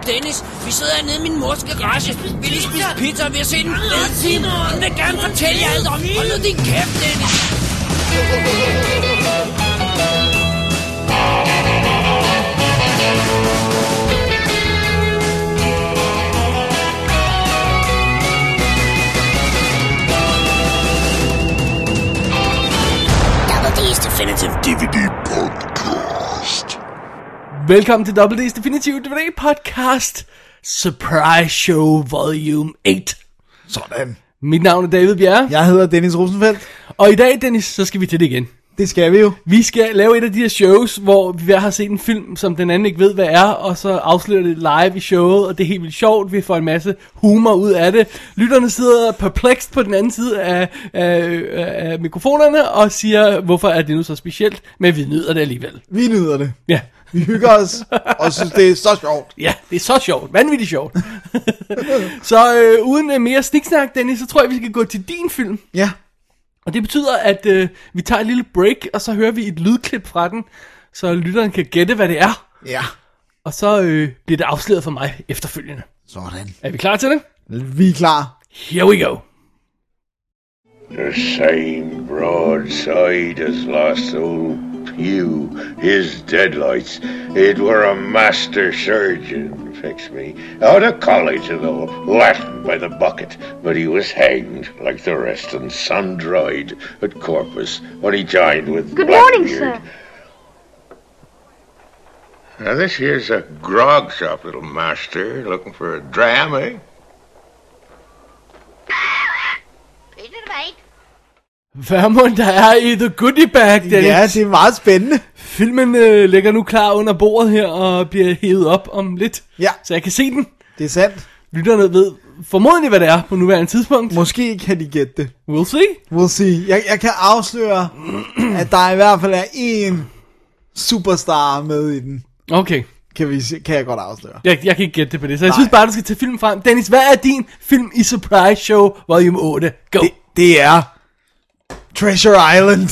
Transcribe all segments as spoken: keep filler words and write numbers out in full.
Dennis. Vi sidder hernede i min mors garage. Vi lige spise pizza, og vi har set en fed film. Hun vil gerne fortælle jer alt om. Hold nu din kæft, Dennis. Double D's Definitive D V D Podcast. Velkommen til Double D's Definitive D V D Podcast Surprise Show Volume otte. Sådan. Mit navn er David Bjerre. Jeg hedder Dennis Rosenfeldt. Og i dag, Dennis, så skal vi til det igen. Det skal vi jo. Vi skal lave et af de her shows, hvor vi hver har set en film, som den anden ikke ved, hvad er, og så afslører det live i showet, og det er helt vildt sjovt. Vi får en masse humor ud af det. Lytterne sidder perplexed på den anden side af, af, af mikrofonerne og siger, hvorfor er det nu så specielt, men vi nyder det alligevel. Vi nyder det. Ja. Vi hygger os, og synes, det er så sjovt. Ja, det er så sjovt. Vanvittigt sjovt. Så øh, uden øh, mere sniksnak, Dennis, så tror jeg, vi skal gå til din film. Ja. Og det betyder, at øh, vi tager et lille break, og så hører vi et lydklip fra den, så lytteren kan gætte, hvad det er. Ja. Og så øh, bliver det afsløret for mig efterfølgende. Sådan. Er vi klar til det? Vi er klar. Here we go. The same broadside as lost old Pew, his deadlights. It were a master surgeon fixed me out of college and all, Latin by the bucket, but he was hanged like the rest and sun-dried at Corpus when he joined with Good morning, Blackbeard. sir. Now this here's a grog shop, little master, looking for a dram, eh? Hvad må der er i The Goodie Bag, Dennis? Ja, det er meget spændende. Filmen øh, ligger nu klar under bordet her og bliver hævet op om lidt, Ja. så jeg kan se den. Det er sandt. Lytterne ved formodentlig, hvad det er på nuværende tidspunkt. Måske kan de gætte det. We'll see. We'll see. Jeg, jeg kan afsløre, at der i hvert fald er én superstar med i den. Okay. Kan, vi, kan jeg godt afsløre. Jeg, jeg kan ikke gætte det på det, så jeg Nej. synes bare, du skal tage filmen frem. Dennis, hvad er din film i Surprise Show Volume otte? Go! Det, det er Treasure Island.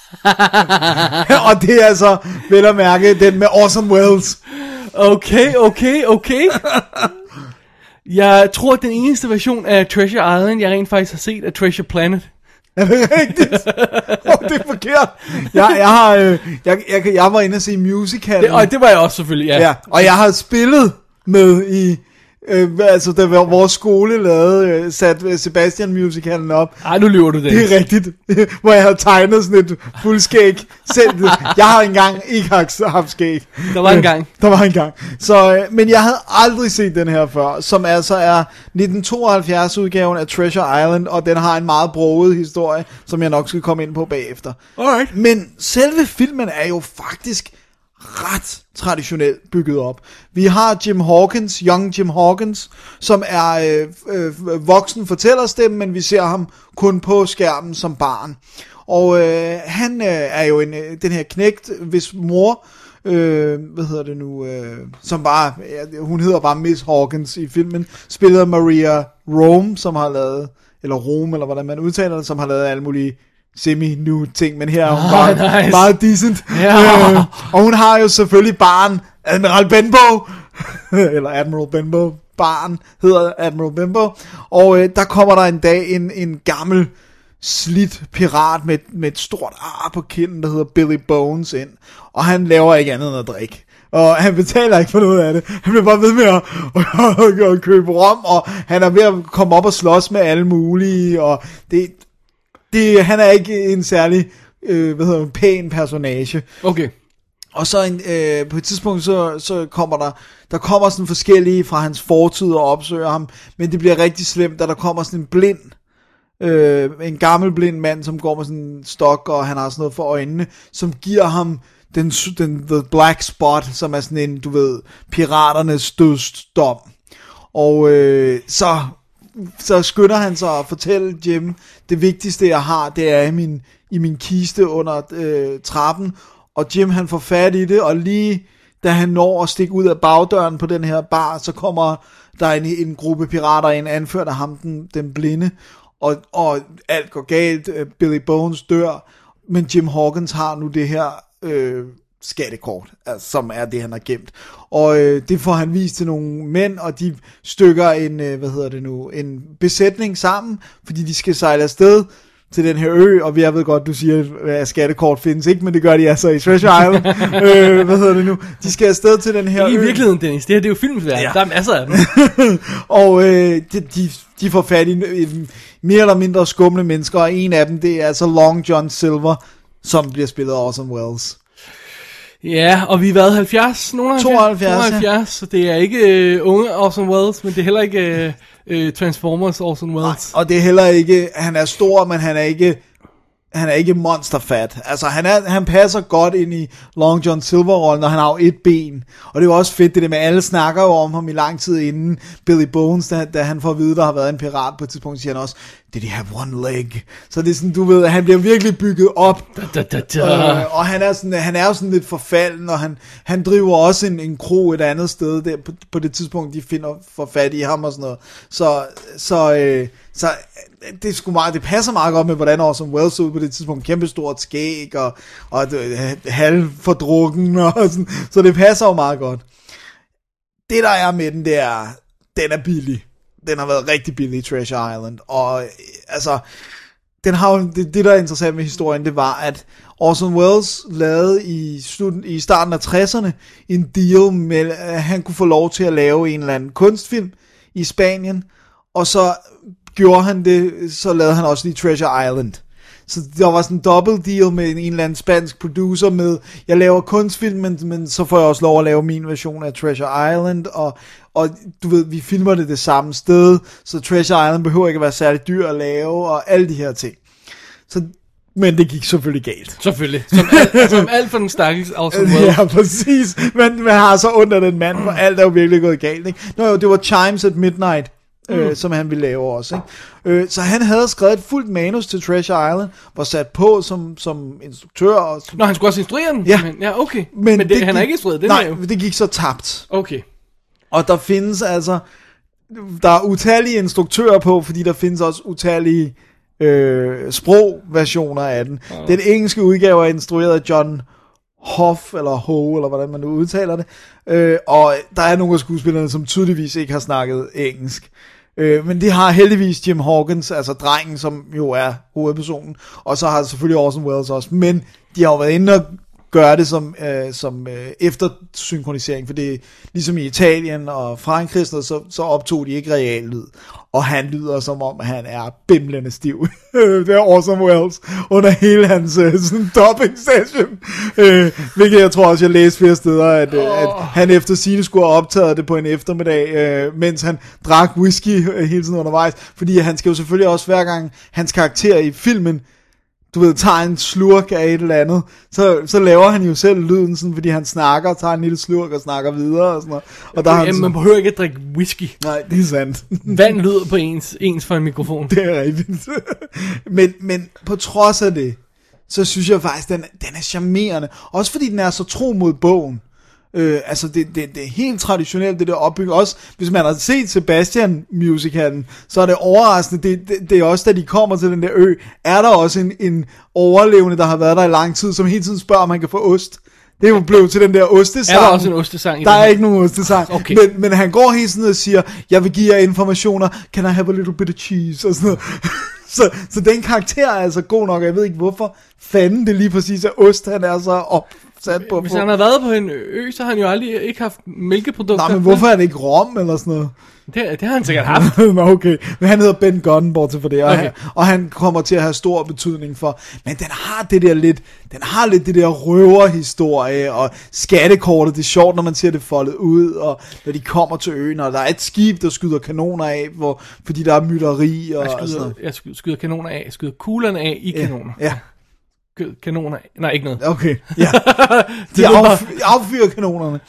Og det er altså, vel at mærke, den med Orson Welles. Okay, okay, okay. Jeg tror, at den eneste version af Treasure Island, jeg rent faktisk har set, er Treasure Planet. Er det rigtigt? Oh, det er forkert. Jeg, jeg, har, øh, jeg, jeg, jeg var inde og se musicalen. Det, og det var jeg også selvfølgelig, ja. Ja, og jeg har spillet med i... Øh, altså, da vores skole lavede, øh, satte Sebastian musicalen op. Ej, nu lyver du det. Det er rigtigt. Hvor jeg havde tegnet sådan et fuldskæg selv. Jeg har engang ikke haft skæg. Der var en gang. Der var en gang. Så, øh, men jeg havde aldrig set den her før, som altså er nitten tooghalvfjerds udgaven af Treasure Island, og den har en meget broget historie, som jeg nok skal komme ind på bagefter. Alright. Men selve filmen er jo faktisk ret traditionelt bygget op. Vi har Jim Hawkins, Young Jim Hawkins, som er øh, øh, voksen fortællerstemme, men vi ser ham kun på skærmen som barn. Og øh, han øh, er jo en, den her knægt, hvis mor, øh, hvad hedder det nu, øh, som bare, ja, hun hedder bare Miss Hawkins i filmen, spiller Maria Rome, som har lavet, eller Rome, eller hvordan man udtaler det, som har lavet alle mulige semi-new ting, men her er hun oh, bare nice. meget decent. Yeah. Øh, og hun har jo selvfølgelig barn, Admiral Benbow, eller Admiral Benbow, barn hedder Admiral Benbow, og øh, der kommer der en dag en, en gammel, slidt pirat med, med et stort ar på kinden, der hedder Billy Bones ind, og han laver ikke andet end at drikke. Og han betaler ikke for noget af det. Han bliver bare ved med at, at, at, at købe rom, og han er ved at komme op og slås med alle mulige, og det... Det, han er ikke en særlig øh, hvad hedder, pæn personage. Okay. Og så en, øh, på et tidspunkt så, så kommer der der kommer sådan forskellige fra hans fortid og opsøger ham, men det bliver rigtig slemt, da der kommer sådan en blind øh, en gammel blind mand, som går med sådan en stok, og han har sådan noget for øjnene, som giver ham den, den the black spot, som er sådan en, du ved, piraternes dødsdom. Og øh, så så skynder han sig at fortælle Jim, det vigtigste jeg har, det er i min, i min kiste under øh, trappen, og Jim han får fat i det, og lige da han når at stikke ud af bagdøren på den her bar, så kommer der en, en gruppe pirater ind, anført af ham, den, den blinde, og, og alt går galt, Billy Bones dør, men Jim Hawkins har nu det her øh, skattekort, altså, som er det, han har gemt. Og øh, det får han vist til nogle mænd, og de stykker en, øh, hvad hedder det nu, en besætning sammen, fordi de skal sejle afsted til den her ø, og jeg ved godt, du siger, at skattekort findes ikke, men det gør de altså i Treasure Island. øh, hvad hedder det nu? De skal afsted til den her ø. I virkeligheden, Dennis, det her det er jo filmsverden. Ja. Der er masser af dem. og øh, de, de, de får fat i en, en mere eller mindre skumle mennesker, og en af dem, det er altså Long John Silver, som bliver spillet af Orson Welles. Ja, og vi har været halvfjerds, nogen tooghalvfjerds, tooghalvfjerds, ja. Så det er ikke uh, unge Orson Welles, men det er heller ikke uh, uh, Transformers Orson Welles. Nej, og det er heller ikke, han er stor, men han er ikke, han er ikke monsterfat. Altså, han, er, han passer godt ind i Long John Silver-rollen, og han har jo et ben. Og det er jo også fedt, det der med, alle snakker jo om ham i lang tid inden. Billy Bones, da, da han får at vide, der har været en pirat på et tidspunkt, siger han også, did he have one leg? Så det er sådan, du ved, han bliver virkelig bygget op. Da, da, da, da. Øh, og han er, sådan, han er jo sådan lidt forfalden, og han, han driver også en, en kro et andet sted, der, på, på det tidspunkt, de finder for fat i ham og sådan noget. Så, så, øh, så det, er sgu meget, det passer meget godt med, hvordan Orson Welles så ud på det tidspunkt. Kæmpestort skæg, og, og øh, halv fordrukken, og sådan. Så det passer jo meget godt. Det der er med den, det er, den er billig. Den har været rigtig billig i Treasure Island, og altså, den har jo, det, det der er interessant med historien, det var, at Orson Welles lavede i, slutten, i starten af tresserne en deal med, at han kunne få lov til at lave en eller anden kunstfilm i Spanien, og så gjorde han det, så lavede han også lige Treasure Island. Så der var sådan en double deal med en, en eller anden spansk producer med, jeg laver kunstfilm, men, men så får jeg også lov at lave min version af Treasure Island, og, og du ved, vi filmer det det samme sted, så Treasure Island behøver ikke at være særlig dyr at lave, og alle de her ting. Så, men det gik selvfølgelig galt. Selvfølgelig. Som alt, som alt for den stakkels Orson Welles. Ja, præcis. Men man har så ondt af den mand, for alt er jo virkelig gået galt, ikke? Nå jo, det var Chimes at Midnight. Øh, mm. som han ville lave også, ikke? Øh, så han havde skrevet et fuldt manus til Treasure Island, var sat på som, som instruktør. Og som... Nå, han skulle også instruere den? Ja. Men, ja, okay. Men, men det, det han gik... har ikke instrueret den Nej, jo. det gik så tabt. Okay. Og der findes altså, der er utallige instruktører på, fordi der findes også utallige øh, sprogversioner af den. Oh. Den engelske udgave er instrueret af John Hoff, eller Ho, eller hvordan man nu udtaler det. Øh, og der er nogle af skuespillerne, som tydeligvis ikke har snakket engelsk. Øh, men det har heldigvis Jim Hawkins, altså drengen, som jo er hovedpersonen, og så har selvfølgelig Orson Welles også, men de har jo været inde og gøre det som, øh, som øh, eftersynkronisering, for det er ligesom i Italien og Frankrig, så, så optog de ikke real lyd, og han lyder som om, han er bimlende stiv. Det er Orson Welles under hele hans øh, sådan dubbing session, øh, hvilket jeg tror også, jeg læste flere steder, at, øh, at han efter sigende skulle have optaget det på en eftermiddag, øh, mens han drak whisky øh, hele tiden undervejs, fordi han skal jo selvfølgelig også hver gang hans karakter i filmen, du ved, tager en slurk af et eller andet, så, så laver han jo selv lyden, sådan, fordi han snakker, tager en lille slurk og snakker videre og sådan noget. Og der Jamen, han sådan, man behøver ikke at drikke whisky. Nej, det er sandt. Vand lyder på ens, ens for en mikrofon. Det er rigtigt. men, men på trods af det, så synes jeg faktisk, den, den er charmerende. Også fordi den er så tro mod bogen. Øh, altså det, det, det er helt traditionelt det der opbygget. Også hvis man har set Sebastian musicalen, så er det overraskende. Det, det, det er også da de kommer til den der ø, er der også en, en overlevende, der har været der i lang tid, som hele tiden spørger om han kan få ost. Det er jo blevet til den der ostesang. Er der også en ostesang i Der den? er ikke nogen ostesang. Okay. Men, men han går hele tiden og siger, jeg vil give jer informationer, can I have a little bit of cheese og sådan noget. så, så den karakter er altså god nok. Jeg ved ikke hvorfor fanden det lige præcis er ost, han er så op. På, Hvis han har været på en ø, så har han jo aldrig ikke haft mælkeprodukter. Nej, men hvorfor er det ikke rom eller sådan noget? Det, det har han sikkert haft. Okay, men han hedder Ben Gunn, bortset for det, og, Okay. han, og han kommer til at have stor betydning for, men den har det der lidt, den har lidt det der røverhistorie, og skattekortet, det er sjovt, når man ser det foldet ud, og når de kommer til øen, og der er et skib, der skyder kanoner af, hvor, fordi der er mytteri, og, Jeg og sådan skyder, noget. jeg skyder, skyder kanoner af, skyder kuglerne af i kanoner. Ja, Skyder kanoner af. Nej, ikke noget. okay, ja. De lyder bare- affyrer, affyrer kanonerne.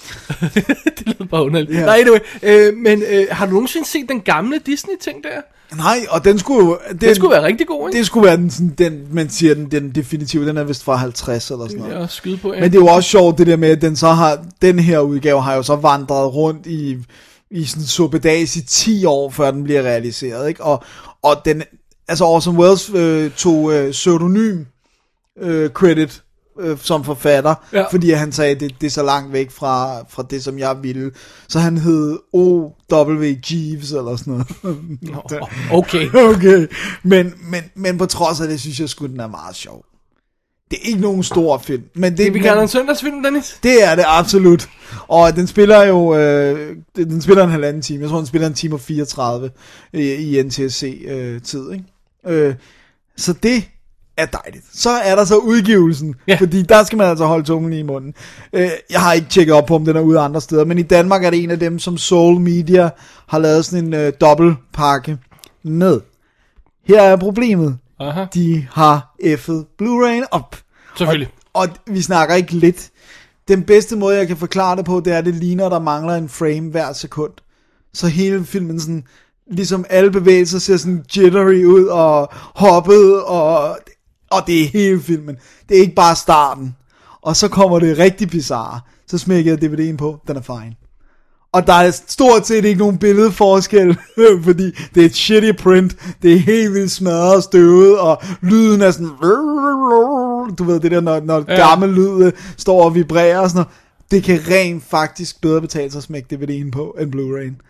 Det lyder bare underligt. Ja. Nej, anyway, øh, men øh, har du nogensinde set den gamle Disney-ting der? Nej, og den skulle jo... Den, Den skulle være rigtig god, ikke? Det skulle være den, sådan, den man siger, den, den definitive, den er vist fra halvtreds eller sådan Det noget. vil jeg også skyde på, ja. Men det er jo også sjovt det der med, at den så har, den her udgave har jo så vandret rundt i, i sådan suppedags i ti år, før den bliver realiseret, ikke? Og, og den, altså Orson Welles øh, tog øh, pseudonym øh, credit øh, som forfatter, ja. fordi han sagde, det, det er så langt væk fra, fra det, som jeg ville. Så han hed O W. Jeeves eller sådan noget. Okay. okay. Men, men, men på trods af det, synes jeg sgu, den er meget sjov. Det er ikke nogen stor film. Men det, det vi men, kalder en søndagsfilm, Dennis? Det er det absolut. Og den spiller jo øh, den spiller en halvanden time. Jeg tror den spiller en time og fireogtredive i, i N T S C øh, tid, ikke? Øh, så det er dejligt. Så er der så udgivelsen, ja. Fordi der skal man altså holde tungen i munden. Øh, jeg har ikke tjekket op på, om den er ude andre steder, men i Danmark er det en af dem, som Soul Media har lavet sådan en øh, dobbeltpakke med. Her er problemet. Aha. De har effet Blu-ray'en op. Selvfølgelig. Og, og vi snakker ikke lidt. Den bedste måde, jeg kan forklare det på, det er, at det ligner, der mangler en frame hver sekund. Så hele filmen sådan, ligesom alle bevægelser ser sådan jittery ud og hoppet, og, og det er hele filmen. Det er ikke bare starten. Og så kommer det rigtig bizarre. Så smækker jeg D V D'en på, den er fine. Og der er stort set ikke nogen billedforskel, fordi det er et shitty print, det er helt vildt smadret og støvet, og lyden er sådan, du ved det der, når, når ja. Gammel lyd står og vibrerer og sådan noget. Det kan rent faktisk bedre betale sig at smække D V D'en på end Blu-ray'en.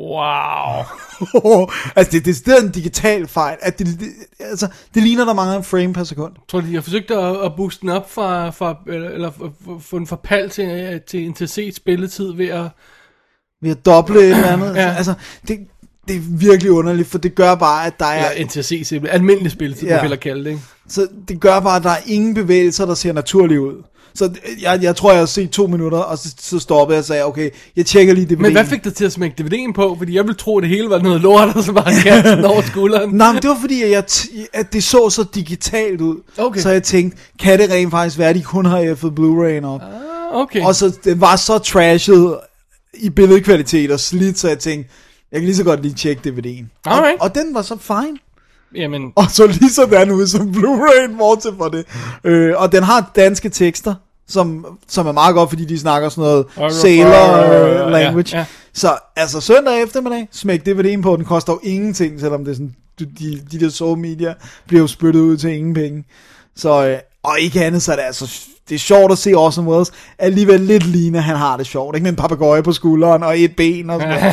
Wow. Altså det, det er stadig en digital fejl, at det, det, altså, det ligner, der mangler en frame per sekund. Tror du, de har forsøgt at, at booste den op fra, fra eller få en forpald til, til N T C spilletid ved at ved at doble et eller andet. Ja. Altså, det, det er virkelig underligt, for det gør bare, at der er... Eller N T C simpelthen. Almindelig spilletid, ja. Man vil kalde det, ikke? Så det gør bare, at der er ingen bevægelser, der ser naturlige ud. Så jeg, jeg tror, jeg har set to minutter, og så, så stoppede jeg og sagde, okay, jeg tjekker lige D V D'en. Men hvad fik dig til at smække D V D'en på? Fordi jeg ville tro, at det hele var noget lort, og så bare kasten over skulderen. Nej, men det var fordi, at, jeg t- at det så så digitalt ud. Okay. Så jeg tænkte, kan det rent faktisk være, at de kun har effet Blu-ray'en op? Ah, okay. Og så den var så trashet i billedkvalitet og slidt, så jeg tænkte, jeg kan lige så godt lige tjekke D V D'en. Alright. Og, og den var så fine. Jamen. Og så lige sådan ud som Blu-ray'en, bortset for det. Øh, og den har danske tekster, som, som er meget godt, fordi de snakker sådan noget sailor language. Ja, ja. Så altså søndag eftermiddag, smæk D V D'en på, den koster jo ingenting, selvom det er sådan, de, de der Soul Media bliver jo spyttet ud til ingen penge. Så, øh, og ikke andet, så er det altså, det er sjovt at se Orson Welles alligevel lidt lignende, han har det sjovt, ikke, med en papegøje på skulderen og et ben og sådan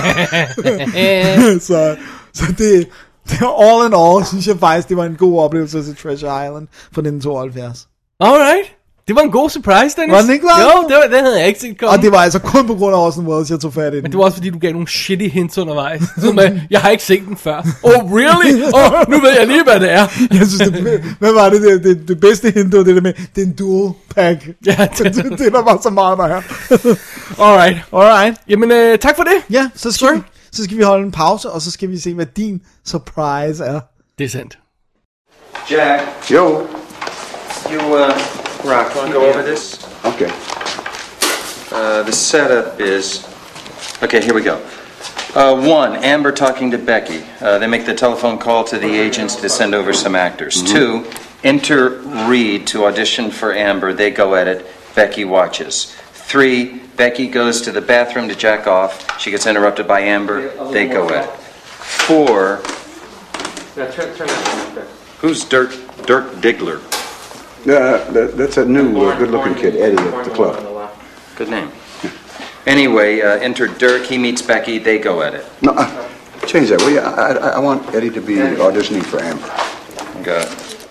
noget. så, så det, det all in all, synes jeg faktisk, det var en god oplevelse til Treasure Island fra nitten tooghalvfjerds. Alright. Det var en god surprise, Dennis. Var den ikke var? Jo, det, var, det havde jeg ikke set komme. Og det var altså kun på grund af Orson Welles, jeg tog fat i den. Men det var også fordi, du gav nogle shitty hints undervejs. Som jeg, jeg har ikke set den før. Oh, really? Oh, nu ved jeg lige, hvad det er. Jeg synes, det, hvad var det, det, det, det bedste hint, var det der med, det er en dual pack. Ja, det, det, det der var så meget, der her. Alright. Alright. Jamen, øh, tak for det. Ja, så skal, vi, så skal vi holde en pause, og så skal vi se, hvad din surprise er. Det er sandt. Jack. Yo. You, uh... Rock, want to go over this? Okay. Uh, the setup is... Okay, here we go. Uh, one, Amber talking to Becky. Uh, they make the telephone call to the agents to send over some actors. Mm-hmm. Two, enter Reed to audition for Amber. They go at it. Becky watches. Three, Becky goes to the bathroom to jack off. She gets interrupted by Amber. They go at it. Four... Yeah, turn, turn that. Who's Dirk, Dirk Diggler? Uh, that, that's a new, uh, good-looking kid, Eddie, at the club. Good name. Anyway, uh, enter Dirk. He meets Becky. They go at it. No, uh, change that, will you? I, I, I want Eddie to be auditioning for Amber. Good.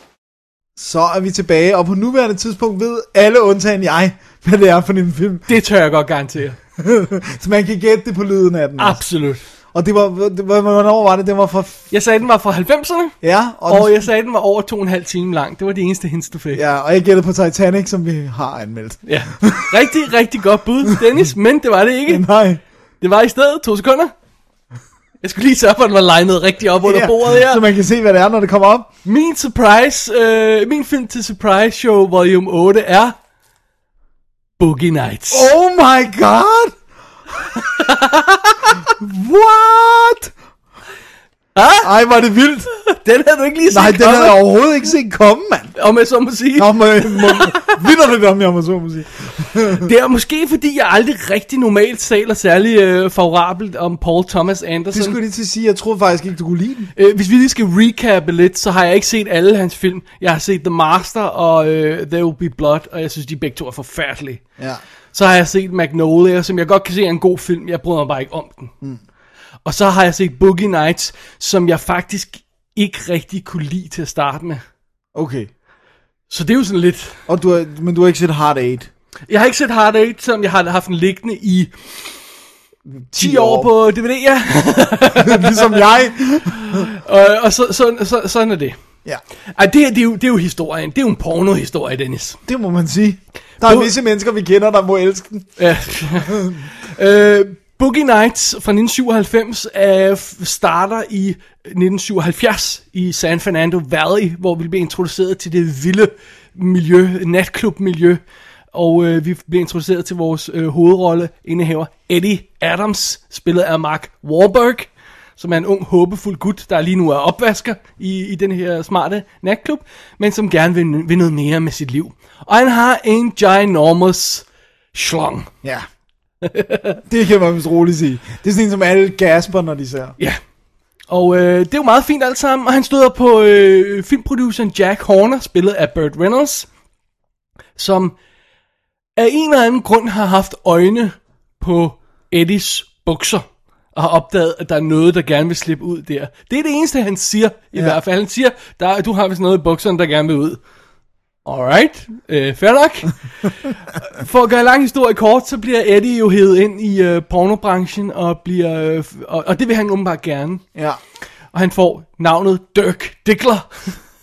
Så er vi tilbage, og på nuværende tidspunkt ved alle undtagen jeg, hvad det er for en film. Det tør jeg godt garantere. Så man kan gætte det på lyden af den. Absolut. Også. Og det var, det var, hvornår var det? Det var fra... Jeg sagde, den var fra halvfemserne. Ja. Og, og den... jeg sagde, den var over to og en halv time lang. Det var de eneste hints, du fik. Ja, og jeg gættede på Titanic, som vi har anmeldt. Ja. Rigtig, rigtig godt bud, Dennis, men det var det ikke. Nej. Det var i stedet to sekunder. Jeg skulle lige sørge for, at den var legnet rigtig op under ja, bordet her. Så man kan se, hvad det er, når det kommer op. Min surprise, øh, min film til surprise show volume otte er Boogie Nights. Oh my god! What? Ah? Ej, var det vildt. Den havde du ikke lige set Nej, den komme. havde jeg overhovedet ikke set komme, mand. Om jeg så må sige. Nå, må, må, vinder det om jeg må så må sige. Det er måske fordi, jeg aldrig rigtig normalt taler særlig øh, favorabelt om Paul Thomas Anderson. Det skulle jeg lige til at sige. Jeg troede faktisk ikke, du kunne lide den. Øh, hvis vi lige skal recappe lidt, så har jeg ikke set alle hans film. Jeg har set The Master og øh, There Will Be Blood, og jeg synes, de begge to er forfærdelige. Ja. Så har jeg set Magnolia, som jeg godt kan se er en god film. Jeg bryder mig bare ikke om den. Mm. Og så har jeg set Boogie Nights, som jeg faktisk ikke rigtig kunne lide til at starte med. Okay. Så det er jo sådan lidt... Og du har, men du har ikke set Hard Eight? Jeg har ikke set Hard Eight, som jeg har haft den liggende i ti år på D V D, ja. Ligesom jeg. og og så, så, så, sådan er det. Ja. Ej, det, det, er jo, det er jo historien. Det er jo en pornohistorie, Dennis. Det må man sige. Der er Bo- visse mennesker, vi kender, der må elske den. Ja. øh, Boogie Nights fra nitten syvoghalvfems øh, starter i nitten syvoghalvfjerds i San Fernando Valley, hvor vi bliver introduceret til det vilde miljø, natklubmiljø. Og øh, vi bliver introduceret til vores øh, hovedrolle, indehaver Eddie Adams, spillet af Mark Wahlberg, som er en ung, håbefuld gut, der lige nu er opvasker i, i den her smarte natklub, men som gerne vil, vil noget mere med sit liv. Og han har en ginormous schlong. Ja. Det kan man vist roligt sige. Det er sådan en, som alle gasper, når de ser. Ja. Og øh, det er jo meget fint alt sammen, og han støder på øh, filmproduceren Jack Horner, spillet af Burt Reynolds, som af en eller anden grund har haft øjne på Eddies bukser, og har opdaget, at der er noget, der gerne vil slippe ud der. Det er det eneste, han siger, i ja. hvert fald. Han siger, der, du har vist noget i bukserne, der gerne vil ud. Alright, øh, fair nok. For at gøre lang historie kort, så bliver Eddie jo hævet ind i øh, pornobranchen, og, bliver, øh, og, og det vil han åbenbart gerne. Ja. Og han får navnet Dirk Diggler.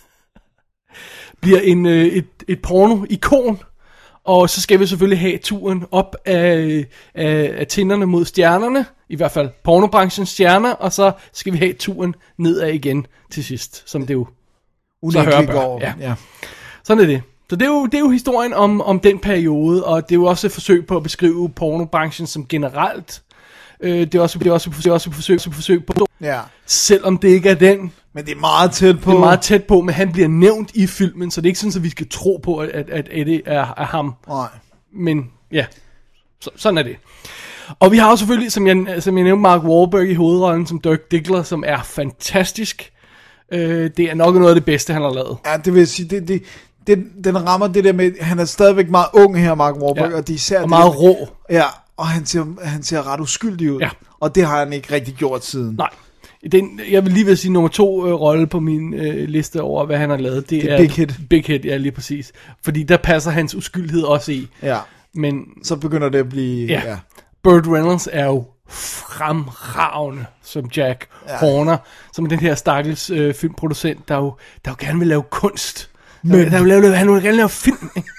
Bliver en, øh, et, et porno-ikon. Og så skal vi selvfølgelig have turen op af, af, af tinderne mod stjernerne. I hvert fald pornobranchens stjerner. Og så skal vi have turen nedad igen til sidst. Som det jo så hører bør. Ja. Ja. Sådan er det. Så det er jo, det er jo historien om, om den periode. Og det er jo også et forsøg på at beskrive pornobranchen som generelt. Øh, det er også, det er også, det er også et forsøg, et forsøg på, ja. Selvom det ikke er den. Men det er meget tæt på. Det er meget tæt på, men han bliver nævnt i filmen, så det er ikke sådan, at vi skal tro på, at, at Eddie er, er ham. Nej. Men ja, så, sådan er det. Og vi har jo selvfølgelig, som jeg, som jeg nævnte, Mark Wahlberg i hovedrollen som Dirk Diggler, som er fantastisk. Øh, det er nok noget af det bedste, han har lavet. Ja, det vil jeg sige, det, det, det, den rammer det der med, han er stadigvæk meget ung her, Mark Wahlberg, ja. og det er især og meget det, rå. Ja, og han ser, han ser ret uskyldig ud. Ja. Og det har han ikke rigtig gjort siden. Nej. Den, jeg vil lige vil sige nummer to øh, rolle på min øh, liste over, hvad han har lavet. Det, det er er Big Hit. Big Hit, ja, lige præcis. Fordi der passer hans uskyldhed også i. Ja. Men så begynder det at blive... Ja. ja. Burt Reynolds er jo fremragende som Jack ja. Horner, som er den her stakkels øh, filmproducent, der jo, der jo gerne vil lave kunst. Men der, der vil lave, han vil gerne lave film, ikke?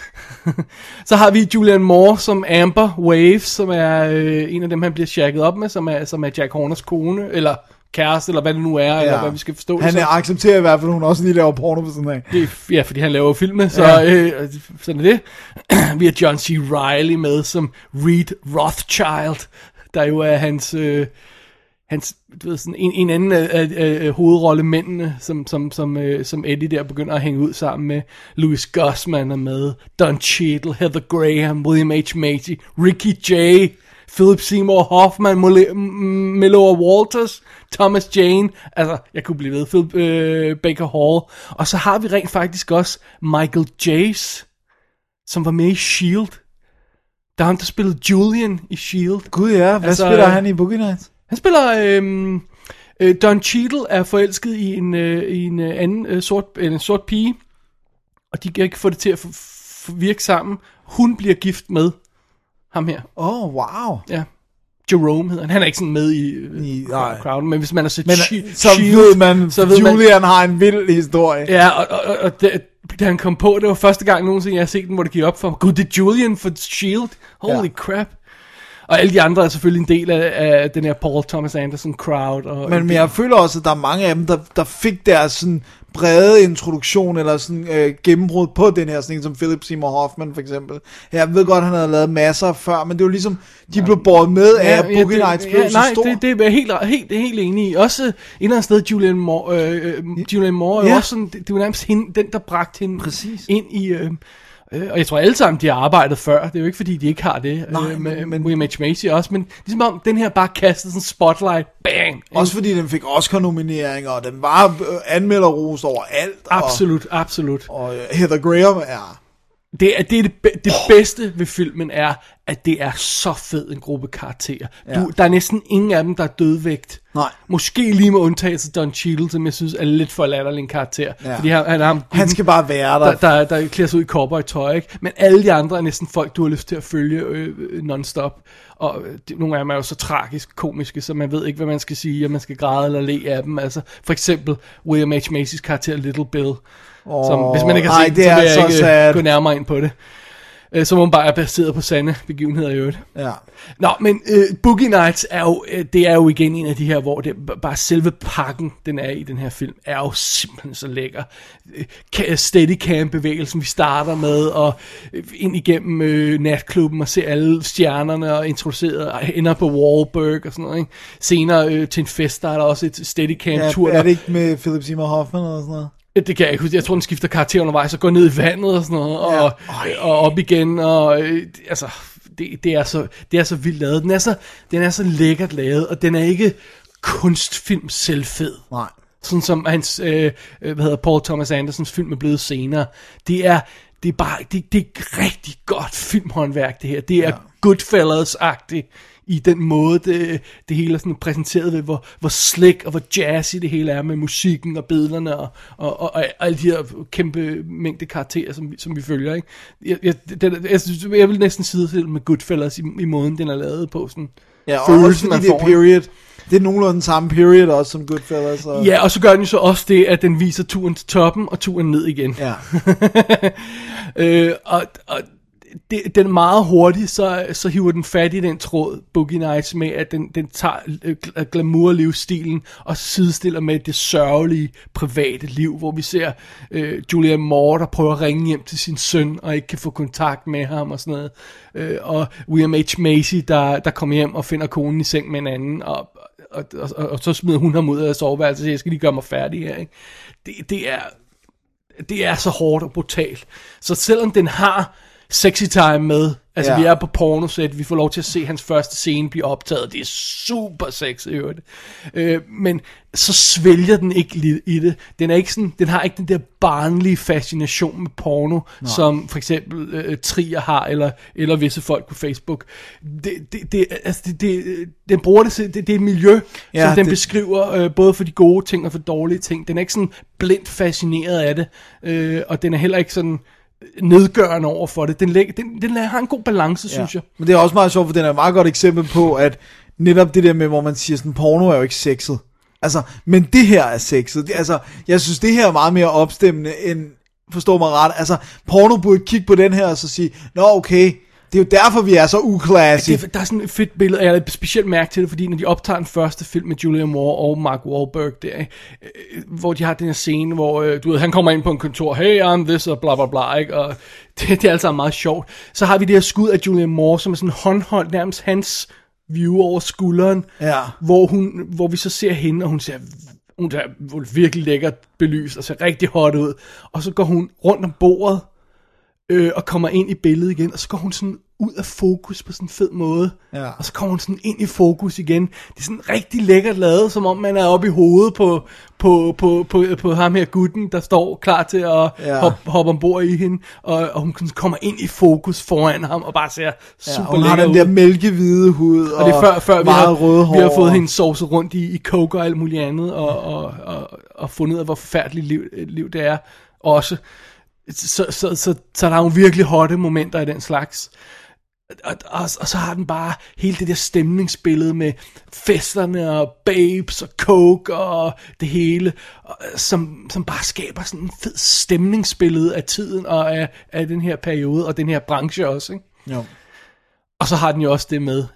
Så har vi Julianne Moore som Amber Waves, som er øh, en af dem, han bliver shacket op med, som er, som er Jack Horners kone, eller kæreste, eller hvad det nu er, ja. eller hvad vi skal forstå. Han er accepterer i hvert fald, at hun også lige laver porno på sådan af. Ja, fordi han laver filme, så ja. øh, sådan er det. Vi har John C. Reilly med som Reed Rothschild, der jo er hans... Øh, hans, du ved, sådan en, en anden af, af, af hovedrollemændene, som, som, som, øh, som Eddie der begynder at hænge ud sammen med. Louis Gossman er med, Don Cheadle, Heather Graham, William H. Macy, Ricky Jay, Philip Seymour Hoffman, Miller Walters, Thomas Jane, altså jeg kunne blive ved, Philip øh, Baker Hall. Og så har vi rent faktisk også Michael Jace, som var med i Shield. Der er ham, der spillede Julian i Shield. Gud ja, hvad altså, spiller han i Boogie Nights? Han spiller, øhm, øh, Don Cheadle er forelsket i en, øh, i en øh, anden øh, sort, øh, en sort pige, og de kan ikke få det til at f- f- virke sammen. Hun bliver gift med ham her. Åh, oh, wow. Ja. Jerome hedder han. Han er ikke sådan med i, I uh, crowden, men hvis man har set men, She- så Shield, ved man, så ved Julian man, har en vild historie. Ja, og, og, og det, da han kom på, det var første gang nogensinde, jeg har set den, hvor det gik op for, gud, det er Julian for Shield. Holy ja. crap. Og alle de andre er selvfølgelig en del af, af den her Paul Thomas Anderson crowd. Og men, men jeg føler også, at der er mange af dem, der, der fik deres sådan brede introduktion, eller sådan øh, gennembrud på den her, sådan en som Philip Seymour Hoffman for eksempel. Jeg ved godt, han havde lavet masser før, men det var ligesom, de blev båret med af, at ja, Boogie det, Nights blev ja, så nej, stor. det, det er jeg helt, helt, helt enig i. Også et eller andet sted, Julianne Moore, øh, Julianne Moore er ja. også sådan, det, det var nærmest hende, den, der bragte hende Præcis. ind i... Øh, Øh, og jeg tror alle sammen, de har arbejdet før. Det er jo ikke fordi, de ikke har det. Nej, øh, med, men- William H. Macy også. Men ligesom om den her bare kastede sådan en spotlight. Bang! Også fordi den fik Oscar-nomineringer, og den var øh, anmelderrost over alt. Absolut, absolut. Og, og øh, Heather Graham er... Det, er, det, er det, be- det bedste ved filmen er, at det er så fed en gruppe karakterer. Du, Ja. Der er næsten ingen af dem, der er dødvægt. Nej. Måske lige med undtagelse Don Cheadle, som jeg synes er lidt for latterlig en karakter. Ja. Fordi han, han, er ham, Han skal bare være der. der, der, der klæder sig ud i cowboy-tøj, ikke? Men alle de andre er næsten folk, du har lyst til at følge øh, øh, non-stop. Og øh, de, nogle af dem er jo så tragisk komiske, så man ved ikke, hvad man skal sige, og man skal græde eller le af dem. Altså, for eksempel William H. Macy's karakter Little Bill. Åh, Som, hvis man ikke har ej, set det den, så er vil jeg så ikke sad. gå nærmere ind på det. Øh, Som hun bare er baseret på sande begivenheder i øvrigt. Ja. Nå, men øh, Boogie Nights er jo, øh, det er jo igen en af de her, hvor det b- bare selve pakken, den er i den her film, er jo simpelthen så lækker. Øh, Steadicam-bevægelsen, vi starter med, og øh, ind igennem øh, natklubben og se alle stjernerne og introduceret, og ender på Wahlberg og sådan noget, ikke? Senere øh, til en fest, der er der også et Steadicam-tur. Ja, er det ikke med Philip Seymour Hoffman eller sådan noget? Det kan jeg ikke huske. Jeg tror, den skifter karakter undervejs og går ned i vandet og sådan noget, og, Ja. og op igen, og øh, altså, det, det, er så, det er så vildt lavet. Den er så, den er så lækkert lavet, og den er ikke kunstfilm selvfed. Nej. Sådan som hans, øh, hvad hedder Paul Thomas Andersons film er blevet senere. Det er, det er bare, det, det er rigtig godt filmhåndværk, det her. Det er ja. Goodfellas-agtigt i den måde, det, det hele er sådan præsenteret ved, hvor, hvor slick og hvor jazzy det hele er med musikken og billederne og, og, og, og alle de her kæmpe mængde karakterer, som, vi- som vi følger. Ikke? Jeg, jeg, den, jeg, synes, jeg vil næsten sidestille med Goodfellas i, i måden, den er lavet på. Sådan, Ja, og også fordi man det er får. period. Det er nogenlunde den samme period også som Goodfellas. Og... Ja, og så gør den jo så også det, at den viser turen til toppen og turen ned igen. Ja. øh, og og det, den er meget hurtigt, så, så hiver den fat i den tråd, Boogie Nights, med at den, den tager øh, glamour-livsstilen og sidestiller med det sørgelige private liv, hvor vi ser øh, Julianne Moore, der prøver at ringe hjem til sin søn og ikke kan få kontakt med ham og sådan noget. Øh, og William H. Macy, der, der kommer hjem og finder konen i seng med en anden, og, og, og, og, og så smider hun ham ud af soveværelset og siger, jeg skal lige gøre mig færdig her. Ikke? Det, det, er, det er så hårdt og brutalt. Så selvom den har sexy time med, altså Ja. vi er på pornosæt, vi får lov til at se hans første scene blive optaget, det er super sexy i øvrigt. øh, men så svælger den ikke lidt i det, den er ikke sådan, den har ikke den der barnlige fascination med porno, Nå. som for eksempel øh, Trier har, eller, eller visse folk på Facebook. Det, det, det, altså det, det, den bruger det, til- det, det er et miljø, Ja, som den det- beskriver, øh, både for de gode ting og for dårlige ting. Den er ikke sådan blindt fascineret af det, øh, og den er heller ikke sådan nedgørende over for det. Den, læg, den, den har en god balance, synes jeg. Men det er også meget sjovt, for den er et meget godt eksempel på, at netop det der med, hvor man siger sådan, porno er jo ikke sexet. Altså, men det her er sexet. Det, altså, jeg synes, det her er meget mere opstemmende, end, forstå mig ret, altså, porno burde kigge på den her og så sige, nå okay, det er jo derfor, vi er så uklasse. Det, der er sådan et fedt billede, og jeg har et specielt mærke til det, fordi når de optager den første film med Julianne Moore og Mark Wahlberg der, ikke? Øh, hvor de har den her scene, hvor øh, du ved, han kommer ind på en kontor, hey, I'm this, og bla bla bla, ikke? Og det, det er altså meget sjovt. Så har vi det her skud af Julianne Moore, som er sådan håndholdt, nærmest hans view over skulderen, Ja. hvor, hun, hvor vi så ser hende, og hun ser, hun ser virkelig lækkert belyst, og ser rigtig hot ud, og så går hun rundt om bordet, øh, og kommer ind i billedet igen, og så går hun sådan ud af fokus på sådan en fed måde, Ja. og så kommer hun sådan ind i fokus igen. Det er sådan rigtig lækkert lavet, som om man er oppe i hovedet på, på, på, på, på ham her gutten, der står klar til at Ja. hoppe, hoppe ombord i hende, og, og hun sådan kommer ind i fokus foran ham, og bare ser Ja, super hun har lækker den ud. der mælkehvide hud, og, Og det er før, før vi, meget har, røde hår. vi har fået hende sovset rundt i, i coke og alt muligt andet, og, og, og, og fundet ud af, hvor forfærdeligt liv, liv det er også. Så, så, så, så, så der er jo virkelig hotte momenter i den slags. Og, og, og så har den bare hele det der stemningsbillede med festerne og babes og coke og det hele, og, som, som bare skaber sådan en fed stemningsbillede af tiden og af, af den her periode og den her branche også, ikke? Jo. Og så har den jo også det med,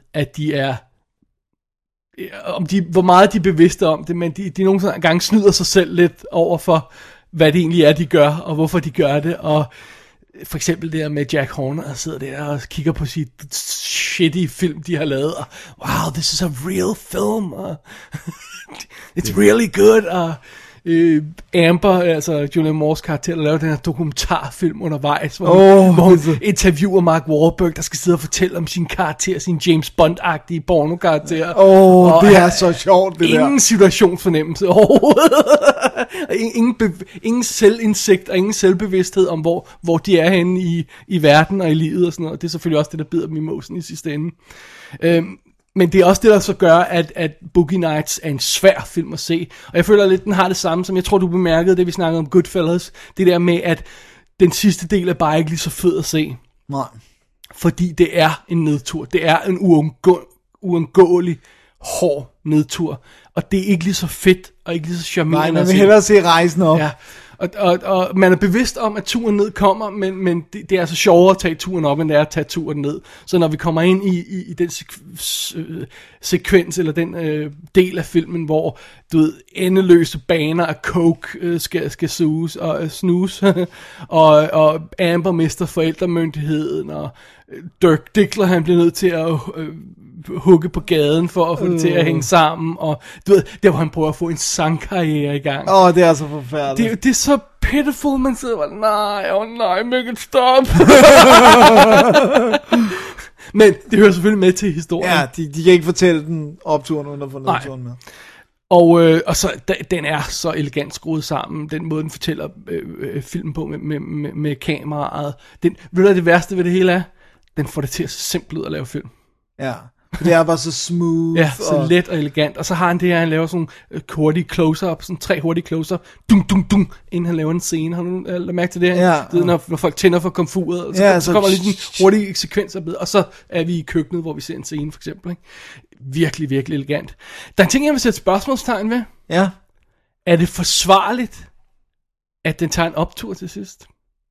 at de er, om de, hvor meget de er bevidste om det, men de, de nogle gange snyder sig selv lidt over for, hvad det egentlig er, de gør, og hvorfor de gør det, og for eksempel det her med Jack Horner, der sidder der og kigger på sit shitty film, de har lavet, og wow, this is a real film, og it's really good, og øh, Amber, altså Julianne Moores karakter, der laver den her dokumentarfilm undervejs, hvor, oh, hvor hun interviewer Mark Wahlberg, der skal sidde og fortælle om sin karakter, sin James Bond-agtige porno-karakter. Åh, oh, det er og, så sjovt, det ingen der. Ingen situationsfornemmelse overhovedet. ingen, bev- ingen selvindsigt og ingen selvbevidsthed om, hvor, hvor de er henne i, i verden og i livet og sådan noget. Det er selvfølgelig også det, der bider dem i mosen i sidste ende. Øhm, Men det er også det, der så gør, at, at Boogie Nights er en svær film at se. Og jeg føler lidt, den har det samme, som jeg tror, du bemærkede, det vi snakkede om Goodfellas. Det der med, at den sidste del er bare ikke lige så fed at se. Nej. Fordi det er en nedtur. Det er en uundgå- uundgåelig, hård nedtur. Og det er ikke lige så fedt, og ikke lige så charmerende. Nej, man vil hellere se rejsen op. Ja. Og, og, og man er bevidst om, at turen ned kommer, men, men det, det er altså sjovere at tage turen op, end det er at tage turen ned. Så når vi kommer ind i, i, i den sek- øh, sekvens, eller den øh, del af filmen, hvor du ved, endeløse baner af coke øh, skal, skal suges og øh, snus, og, og Amber mister forældremyndigheden, og øh, Dirk Diggler, han bliver nødt til at øh, hugge på gaden for at få det øh. til at hænge sammen, og du ved, der hvor han prøver at få en sangkarriere i gang. Åh, oh, det er så forfærdeligt. Det, det er så pitiful, man sidder og nej, åh oh nej, make it stop. Men det hører selvfølgelig med til historien. Ja, de, de kan ikke fortælle den opturen, uden at få nedturen med. Og, øh, og så, da, den er så elegant skruet sammen, den måde, den fortæller øh, øh, filmen på med, med, med, med kameraet. Den, ved du, det værste ved det hele er? Den får det til at se simpelt ud at lave film. Ja. Det er bare så smooth. Ja, så og let og elegant. Og så har han det her, han laver sådan uh, hurtige close-up, sådan tre hurtige close-up, dum, dum, dum, inden han laver en scene. Har du lagt mærke til det? Ja. Det, når, når folk tænder for komfuret, så, ja, så, så kommer lige en hurtig sekvens af, og så er vi i køkkenet, hvor vi ser en scene, for eksempel. Ikke? Virkelig, virkelig elegant. Der er en ting, jeg vil sætte spørgsmålstegn ved. Ja. Er det forsvarligt, at den tager en optur til sidst?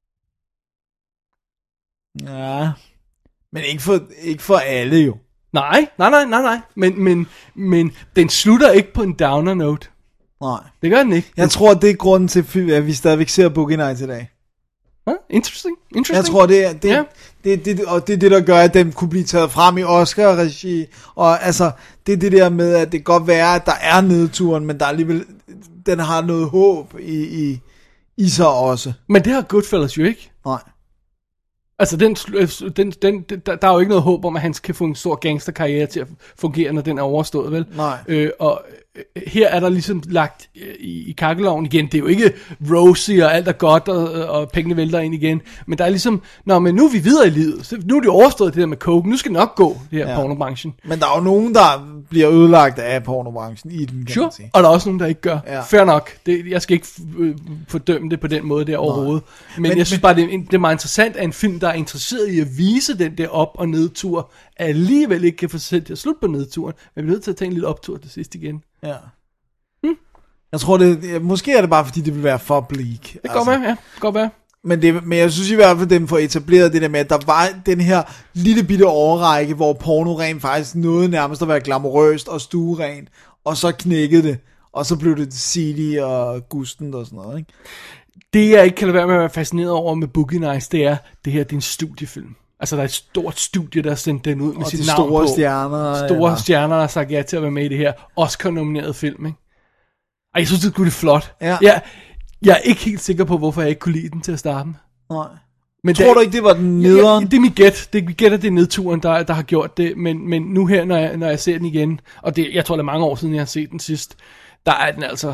Ja. Men ikke for, ikke for alle jo. Nej, nej, nej, nej, nej. Men, men, men den slutter ikke på en downer note. Nej. Det gør den ikke. Jeg tror, det er grunden til, at vi stadigvæk ser Boogie Nights i dag. Huh? Interesting. Interesting. Jeg tror, det er det, ja. det, det, det, og det er det, der gør, at den kunne blive taget frem i Oscar-regi. Og altså, det er det der med, at det kan godt være, at der er nedturen, men der er alligevel, den har noget håb i, i, i sig også. Men det har Goodfellas jo ikke. Nej. Altså, den, den, den, der, der er jo ikke noget håb om, at han kan få en stor gangsterkarriere til at fungere, når den er overstået, vel? Nej. Øh, og her er der ligesom lagt i, i kakkeloven igen. Det er jo ikke rosy, og alt er godt, og, og pengene vælter ind igen. Men der er ligesom, nå, men nu er vi videre i livet. Så nu er det overstået, det der med coke. Nu skal det nok gå, det her ja. pornobranchen. Men der er jo nogen, der bliver ødelagt af pornobranchen i den, kan sure. man sige. Og der er også nogen, der ikke gør. Ja. Fair nok. Det, jeg skal ikke øh, fordømme det på den måde der overhovedet. Men, men jeg synes men, bare, det er, det er meget interessant, at en film, der er interesseret i at vise den der op- og nedtur, alligevel ikke kan få sig selv til at slutte på nedturen. Men vi er nødt til at tage en lille optur til sidst igen. Ja. Hmm. Jeg tror det, måske er det bare fordi det vil være for bleak. Det kan altså. Godt være, ja, godt være. Men, det, men jeg synes i hvert fald, at dem får etableret det der med, at der var den her lille bitte overrække, hvor porno rent faktisk nåede nærmest at være glamourøst og stueren, og så knækkede det, og så blev det seedy og gustent og sådan noget, ikke? Det jeg ikke kan lade være med at være fascineret over med Boogie Nights, det er, det her det er en studiefilm. Altså der er et stort studie, der har sendt den ud med og sit de navn store på. stjerner. Store ja. stjerner, der har sagt ja til at være med i det her Oscar-nomineret film, ikke? Og jeg synes, det er flot. Ja. Jeg, jeg er ikke helt sikker på, hvorfor jeg ikke kunne lide den til at starte med. Nej. Men tror det, du ikke, det var den nederen? Ja, det er mit gæt. Det er mit gæt, at det er nedturen, der, der har gjort det. Men, men nu her, når jeg, når jeg ser den igen, og det, jeg tror, det er mange år siden, jeg har set den sidst, der er den altså...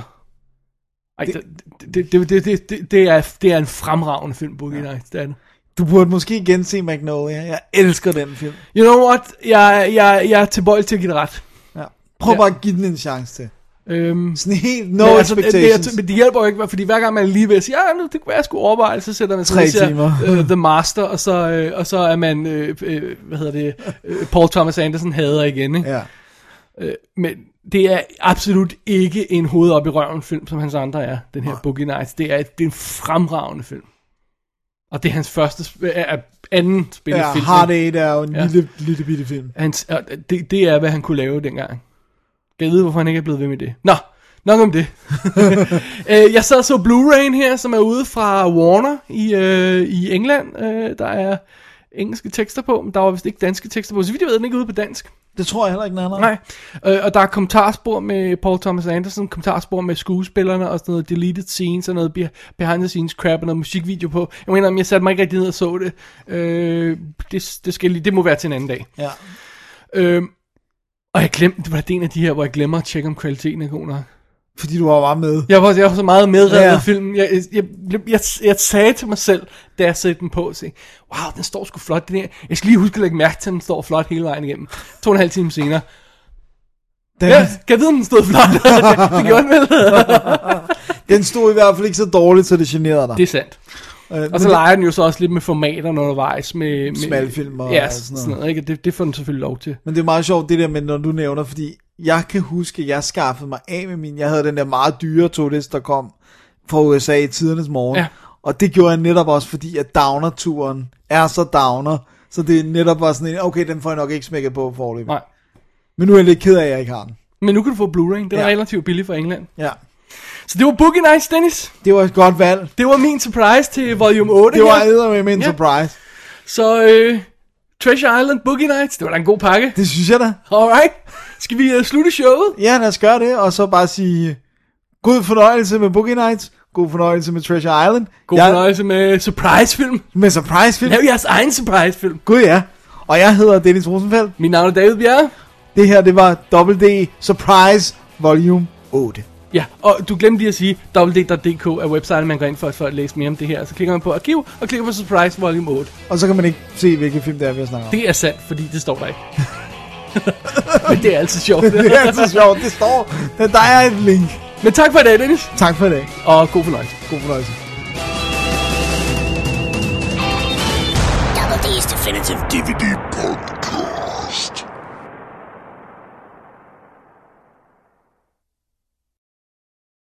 Ej, det, det, det, det, det, det, det, er, det er en fremragende film, Boogie ja. Nights, det er det. Du burde måske gense Magnolia. Jeg elsker den film. You know what? Jeg, jeg, jeg er tilbøjelig til at give det ret. Ja. Prøv ja. bare at give den en chance til. Øhm, Sådan helt no men expectations. Altså, det, det, det hjælper jo ikke, fordi hver gang man lige vil sige, ja, nu, det kunne være, jeg skulle overveje, så sætter man Tre sig timer. uh, The Master, og så, uh, og så er man, uh, uh, hvad hedder det, uh, Paul Thomas Anderson hader igen, ikke? Ja. Uh, men det er absolut ikke en hoved op i røven film, som hans andre er, den her ja. Boogie Nights. Det er, det er en fremragende film. Og det er hans første, sp- øh, anden spillefilm. Ja, Hard Eight er jo en ja. lille, lille bitte film. Hans, det, det er, hvad han kunne lave dengang. Jeg ved, hvorfor han ikke er blevet ved med det. Nå, nok om det. Jeg sad så Blu-ray'en her, som er ude fra Warner i, øh, i England. Der er engelske tekster på, men der var vist ikke danske tekster på. Så vidt jeg ved, den ikke ude på dansk. Det tror jeg heller ikke, den anden. Nej, øh, og der er kommentarspor med Paul Thomas Anderson, kommentarspor med skuespillerne og sådan noget deleted scenes og noget behind the scenes crap og noget musikvideo på. Jeg mener, om jeg satte mig ikke rigtig ned og så det. Øh, det, det, skal lige, det må være til en anden dag. Ja. Øh, og jeg glemte, det var en af de her, hvor jeg glemmer at tjekke om kvaliteten er god nok. Fordi du var bare med. Jeg var, jeg var så meget medrevet ja. af filmen. Jeg, jeg, jeg, jeg, jeg sagde til mig selv, da jeg satte den på, så, wow, den står sgu flot. Den her. Jeg skal lige huske at lægge mærke til, at den står flot hele vejen igennem. To og en halv time senere. Den... Ja, kan jeg vide, den stod flot? det, det gjorde den vel. Den stod i hvert fald ikke så dårligt, så det generede dig. Det er sandt. Øh, og så det... leger den jo så også lidt med formaterne undervejs. Med, med smalfilm og ja, sådan noget. Sådan noget ikke? Det, det får den selvfølgelig lov til. Men det er meget sjovt det der med, når du nævner, fordi jeg kan huske, at jeg skaffede mig af med min, jeg havde den der meget dyre Todes, der kom fra U S A i tidernes morgen. Ja. Og det gjorde jeg netop også, fordi at Downer-turen er så downer, så det er netop bare sådan en, okay, den får jeg nok ikke smækket på forløbet. Nej. Men nu er jeg lidt ked af, at jeg ikke har den. Men nu kan du få Blu-ray, den er ja. relativt billig fra England. Ja. Så det var Boogie Nights, Dennis. Det var et godt valg. Det var min surprise til volume otte. Det var eddermed min ja. surprise. Så øh, Treasure Island, Boogie Nights, det var da en god pakke. Det synes jeg da. Alright, skal vi uh, slutte showet? Ja, lad os gøre det, og så bare sige god fornøjelse med Boogie Nights, god fornøjelse med Treasure Island. God jeg... fornøjelse med surprise-film. Med surprise-film. Lav jeres egen surprise-film. Gud ja. Og jeg hedder Dennis Rosenfeldt. Mit navn er David Bjerre. Det her, det var W D Surprise Volume otte. Ja, og du glemte lige at sige, w w w punktum d k er websiden, man går ind for, for at læse mere om det her. Så klikker man på arkiv, og klikker på Surprise Volume otte. Og så kan man ikke se, hvilken film det er, vi har snakket om. Det er sandt, fordi det står der ikke. Men det er altid sjovt. Det er altid sjovt, det står. Der er et link. Men tak for i dag, Dennis. Tak for i dag. Og god fornøjelse. God fornøjelse. Double D's Definitive D V D Podcast.